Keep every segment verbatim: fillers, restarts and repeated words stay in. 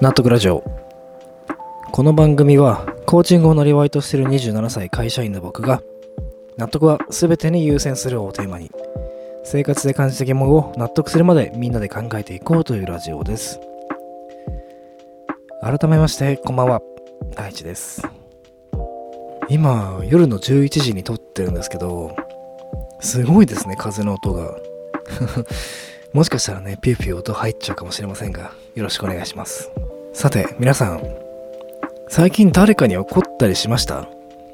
納得ラジオ。この番組はコーチングをなりわいとしているにじゅうななさい会社員の僕が、納得は全てに優先するをテーマに、生活で感じた疑問を納得するまでみんなで考えていこうというラジオです。改めましてこんばんは、大地です。今夜のじゅういちじに撮ってるんですけど、すごいですね、風の音がもしかしたらね、ピューピュー音入っちゃうかもしれませんが、よろしくお願いします。さて皆さん、最近誰かに怒ったりしました？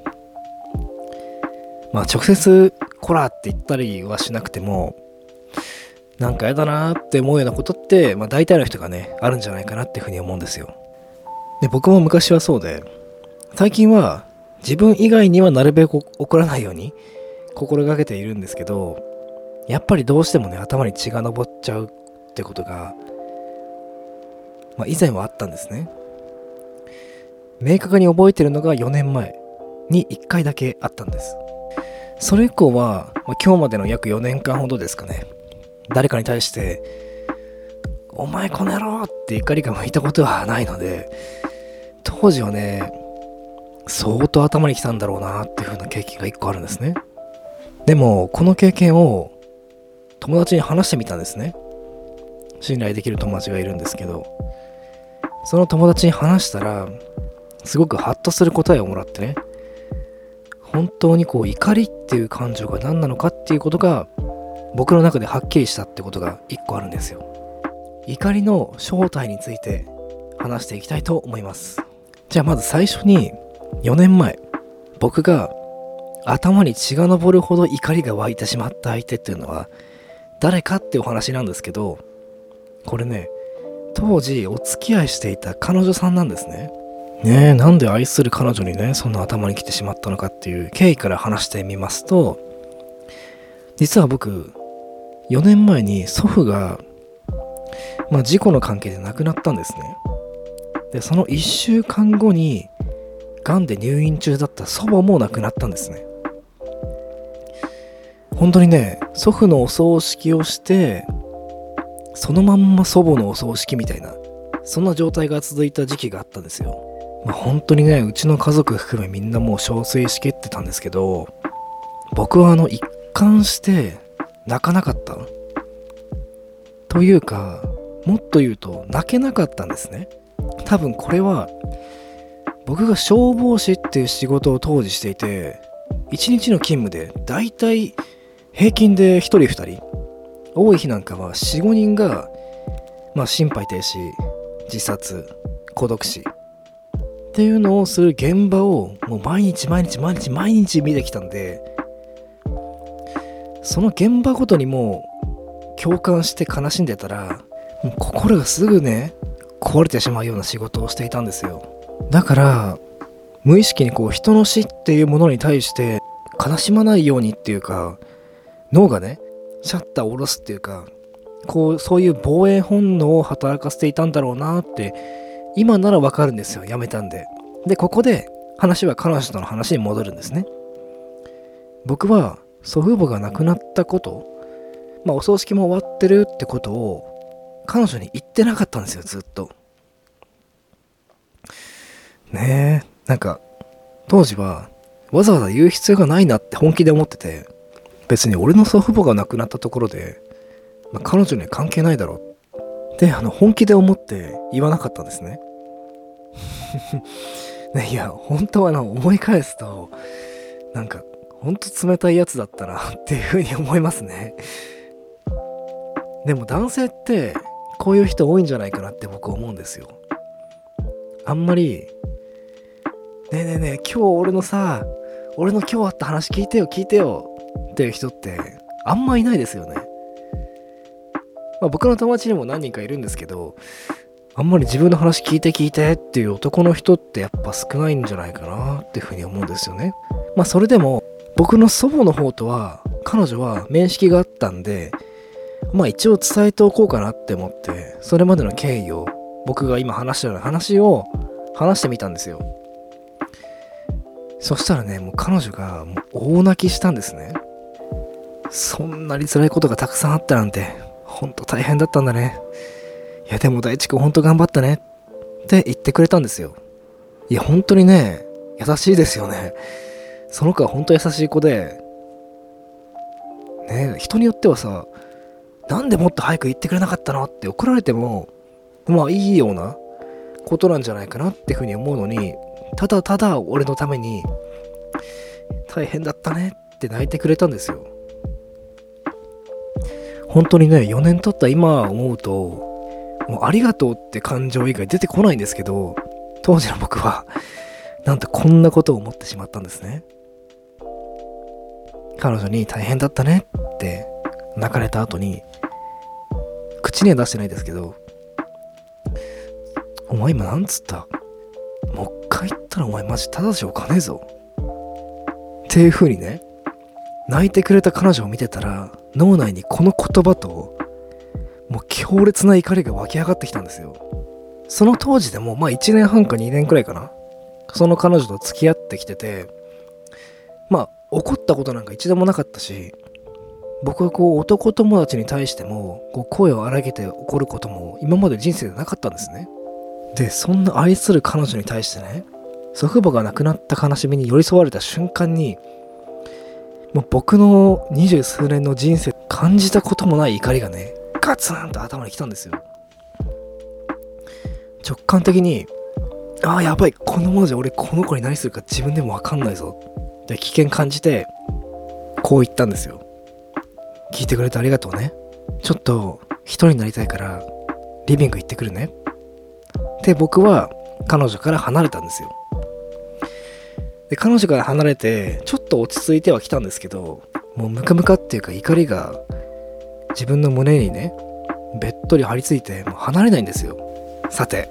まあ直接コラって言ったりはしなくても、なんかやだなーって思うようなことって、まあ大体の人がね、あるんじゃないかなっていうふうに思うんですよ。で、僕も昔はそうで、最近は自分以外にはなるべく怒らないように心がけているんですけど、やっぱりどうしてもね、頭に血が上っちゃうってことが、まあ以前はあったんですね。明確に覚えてるのがよねんまえにいっかいだけあったんです。それ以降は、まあ、今日までの約よねんかんほどですかね、誰かに対してお前この野郎って怒りが向いたことはないので、当時はね、相当頭にきたんだろうなっていう風な経験がいっこあるんですね。でもこの経験を友達に話してみたんですね。信頼できる友達がいるんですけど、その友達に話したらすごくハッとする答えをもらってね、本当にこう怒りっていう感情が何なのかっていうことが僕の中ではっきりしたってことが一個あるんですよ。怒りの正体について話していきたいと思います。じゃあまず最初に、よねんまえ僕が頭に血が上るほど怒りが湧いてしまった相手っていうのは誰かってお話なんですけど、これね、当時お付き合いしていた彼女さんなんですね。ねえ、なんで愛する彼女にね、そんな頭に来てしまったのかっていう経緯から話してみますと、実は僕よねんまえに祖父が、まあ、事故の関係で亡くなったんですね。で、そのいっしゅうかんごにがんで入院中だった祖母も亡くなったんですね。本当にね、祖父のお葬式をしてそのまんま祖母のお葬式みたいな、そんな状態が続いた時期があったんですよ。まあ、本当にね、うちの家族含めみんなもう憔悴しきってたんですけど、僕はあの一貫して泣かなかったというか、もっと言うと泣けなかったんですね。多分これは僕が消防士っていう仕事を当時していて、いちにちの勤務でだいたい平均でひとりふたり、多い日なんかは よん、ごにんが、まあ、心肺停止、自殺、孤独死っていうのをする現場をもう毎日毎日毎日毎日見てきたんで、その現場ごとにも共感して悲しんでたら、もう心がすぐね、壊れてしまうような仕事をしていたんですよ。だから無意識にこう人の死っていうものに対して悲しまないようにっていうか、脳がねシャッターを下ろすっていうか、こうそういう防衛本能を働かせていたんだろうなって今ならわかるんですよ、やめたんで。で、ここで話は彼女との話に戻るんですね。僕は祖父母が亡くなったこと、まあお葬式も終わってるってことを彼女に言ってなかったんですよ、ずっと。ねえ、なんか当時はわざわざ言う必要がないなって本気で思ってて、別に俺の祖父母が亡くなったところで、まあ、彼女には関係ないだろうってあの本気で思って言わなかったんですね。ね、いや本当はな、思い返すとなんかほんと冷たいやつだったなっていうふうに思いますね。でも男性ってこういう人多いんじゃないかなって僕思うんですよ。あんまりねえねえねえ、今日俺のさ俺の今日あった話聞いてよ聞いてよっていう人ってあんまいないですよね。まあ、僕の友達にも何人かいるんですけど、あんまり自分の話聞いて聞いてっていう男の人ってやっぱ少ないんじゃないかなっていうふうに思うんですよね。まあそれでも僕の祖母の方とは彼女は面識があったんで、まあ一応伝えておこうかなって思って、それまでの経緯を、僕が今話したような話を話してみたんですよ。そしたらね、もう彼女がもう大泣きしたんですね。そんなに辛いことがたくさんあったなんて、ほんと大変だったんだね。いやでも大地君ほんと頑張ったねっって言ってくれたんですよ。いや本当にね優しいですよね。その子は本当優しい子でね、人によってはさ、なんでもっと早く言ってくれなかったのって怒られてもまあいいようなことなんじゃないかなっていうふうに思うのに、ただただ俺のために大変だったねって泣いてくれたんですよ。本当にね、よねん経った今思うともうありがとうって感情以外出てこないんですけど、当時の僕はなんとこんなことを思ってしまったんですね。彼女に大変だったねって泣かれた後に、口には出してないですけど、お前今なんつった？もう一回言ったらお前マジただじゃおかねえぞっていう風にね、泣いてくれた彼女を見てたら脳内にこの言葉ともう強烈な怒りが湧き上がってきたんですよ。その当時でもまあいちねんはんかにねんくらいかな、その彼女と付き合ってきてて、まあ怒ったことなんか一度もなかったし、僕はこう男友達に対してもこう声を荒げて怒ることも今まで人生でなかったんですね。でそんな愛する彼女に対してね、祖父母が亡くなった悲しみに寄り添われた瞬間に、もう僕の二十数年の人生感じたこともない怒りがねガツンと頭に来たんですよ。直感的に、ああやばい、このままじゃ俺この子に何するか自分でも分かんないぞって危険感じてこう言ったんですよ。聞いてくれてありがとうね、ちょっと一人になりたいからリビング行ってくるねって僕は彼女から離れたんですよ。で彼女から離れてちょっと落ち着いてはきたんですけど、もうムカムカっていうか怒りが自分の胸にねべっとり張り付いてもう離れないんですよ。さて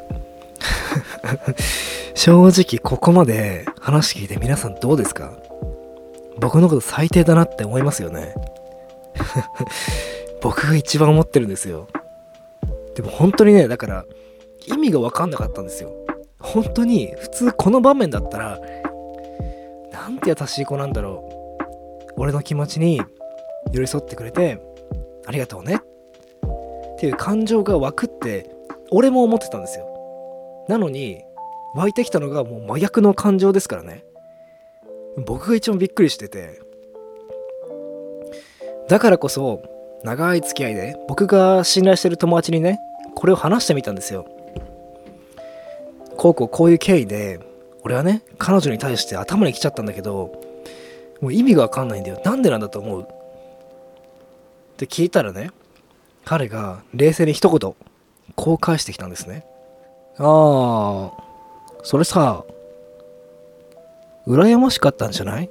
正直ここまで話聞いて皆さんどうですか？僕のこと最低だなって思いますよね僕が一番思ってるんですよ。でも本当にね、だから意味が分かんなかったんですよ。本当に普通この場面だったらなんて優しい子なんだろう、俺の気持ちに寄り添ってくれてありがとうねっていう感情が湧くって俺も思ってたんですよ。なのに湧いてきたのがもう真逆の感情ですからね。僕が一番びっくりしてて、だからこそ長い付き合いで僕が信頼してる友達にねこれを話してみたんですよ。こうこうこういう経緯で俺はね彼女に対して頭に来ちゃったんだけど、もう意味が分かんないんだよ、なんでなんだと思うって聞いたらね、彼が冷静に一言こう返してきたんですね。ああ、それさ羨ましかったんじゃない？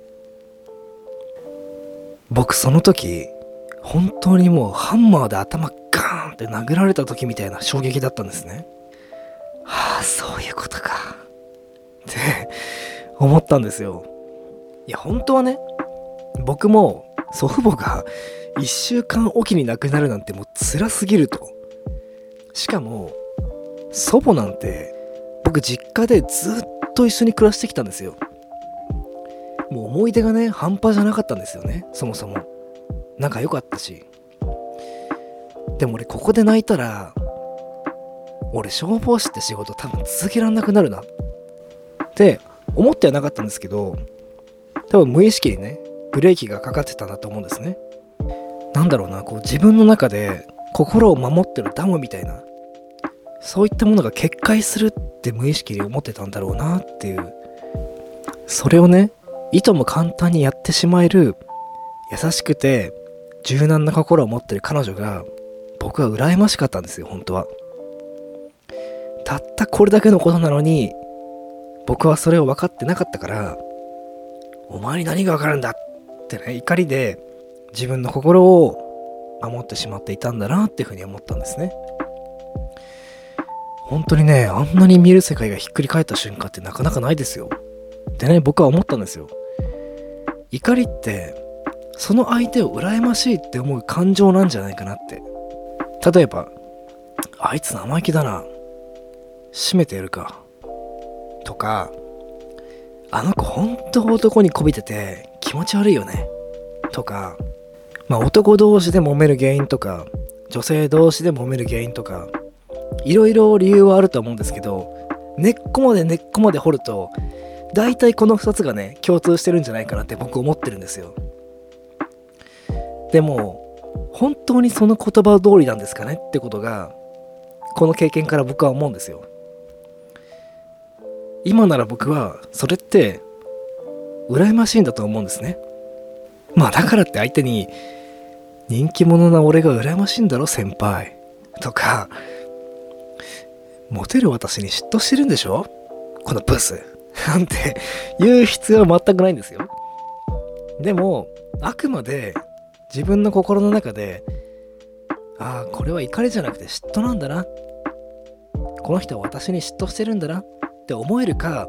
僕その時本当にもうハンマーで頭ガーンって殴られた時みたいな衝撃だったんですね。はあ、そういうことかって思ったんですよ。いや本当はね、僕も祖父母がいっしゅうかんおきに亡くなるなんてもう辛すぎると。しかも祖母なんて僕実家でずっと一緒に暮らしてきたんですよ。もう思い出がね半端じゃなかったんですよね。そもそも仲良かったし。でも俺ここで泣いたら俺消防士って仕事多分続けらんなくなるなって思ってはなかったんですけど、多分無意識にねブレーキがかかってたんだと思うんですね。なんだろうな、こう自分の中で心を守ってるダムみたいな、そういったものが決壊するって無意識に思ってたんだろうなっていう、それをねいとも簡単にやってしまえる優しくて柔軟な心を持ってる彼女が僕は羨ましかったんですよ。本当はたったこれだけのことなのに僕はそれを分かってなかったから、お前に何が分かるんだってね怒りで自分の心を守ってしまっていたんだなっていうふうに思ったんですね。本当にね、あんなに見える世界がひっくり返った瞬間ってなかなかないですよ。でね、僕は思ったんですよ。怒りってその相手を羨ましいって思う感情なんじゃないかなって。例えばあいつ生意気だな、閉めてやるかとか、あの子ほんと男にこびてて気持ち悪いよねとか、まあ男同士で揉める原因とか女性同士で揉める原因とか、 いろいろ理由はあると思うんですけど、根っこまで根っこまで掘ると大体このふたつがね共通してるんじゃないかなって僕思ってるんですよ。でも本当にその言葉通りなんですかねってことがこの経験から僕は思うんですよ。今なら僕はそれって羨ましいんだと思うんですね。まあだからって相手に人気者な俺が羨ましいんだろ先輩とか、モテる私に嫉妬してるんでしょこのブスなんて言う必要は全くないんですよ。でもあくまで自分の心の中で、ああこれは怒りじゃなくて嫉妬なんだな、この人は私に嫉妬してるんだなって思えるか、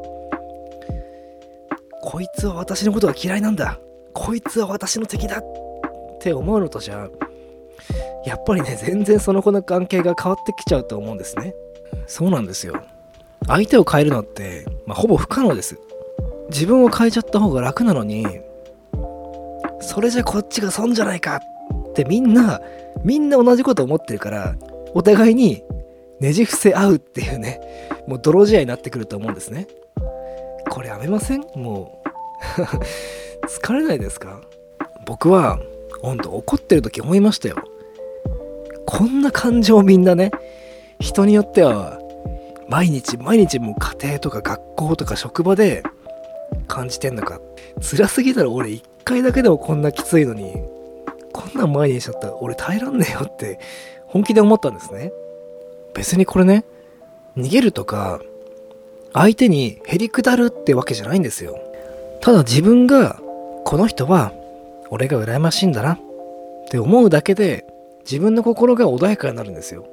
こいつは私のことが嫌いなんだ、こいつは私の敵だって思うのとじゃやっぱりね全然その子の関係が変わってきちゃうと思うんですね。そうなんですよ。相手を変えるのって、まあ、ほぼ不可能です。自分を変えちゃった方が楽なのに、それじゃこっちが損じゃないかってみんなみんな同じこと思ってるから、お互いにねじ伏せ合うっていうね、もう泥仕合になってくると思うんですね。これやめません？もう疲れないですか？僕は本当怒ってる時思いましたよ。こんな感情みんなね、人によっては毎日毎日もう家庭とか学校とか職場で感じてんのか。辛すぎたら俺一回だけでもこんなきついのに、こんなん毎日しちゃったら俺耐えらんねえよって本気で思ったんですね。別にこれね、逃げるとか相手にへりくだるってわけじゃないんですよ。ただ自分がこの人は俺が羨ましいんだなって思うだけで自分の心が穏やかになるんですよ。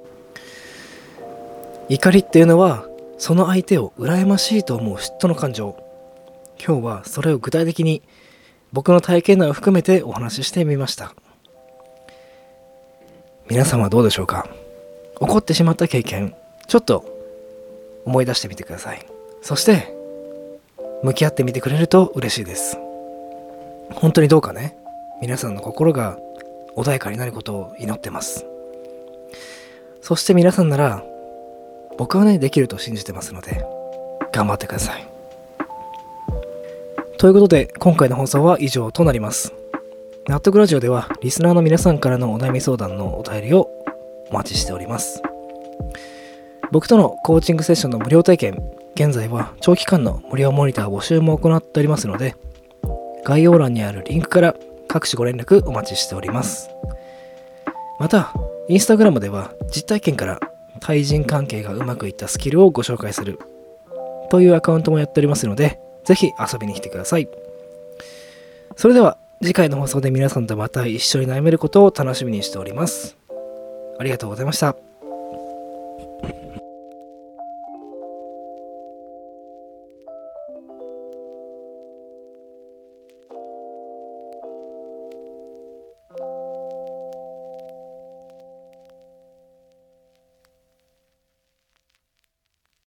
怒りっていうのはその相手を羨ましいと思う嫉妬の感情。今日はそれを具体的に僕の体験談を含めてお話ししてみました。皆様はどうでしょうか？起こってしまった経験、ちょっと思い出してみてください。そして向き合ってみてくれると嬉しいです。本当にどうかね、皆さんの心が穏やかになることを祈ってます。そして皆さんなら僕はねできると信じてますので頑張ってください。ということで今回の放送は以上となります。納得ラジオではリスナーの皆さんからのお悩み相談のお便りをお待ちしております。僕とのコーチングセッションの無料体験、現在は長期間の無料モニター募集も行っておりますので、概要欄にあるリンクから各種ご連絡お待ちしております。またインスタグラムでは実体験から対人関係がうまくいったスキルをご紹介するというアカウントもやっておりますので、ぜひ遊びに来てください。それでは次回の放送で皆さんとまた一緒に悩めることを楽しみにしております。ありがとうございました。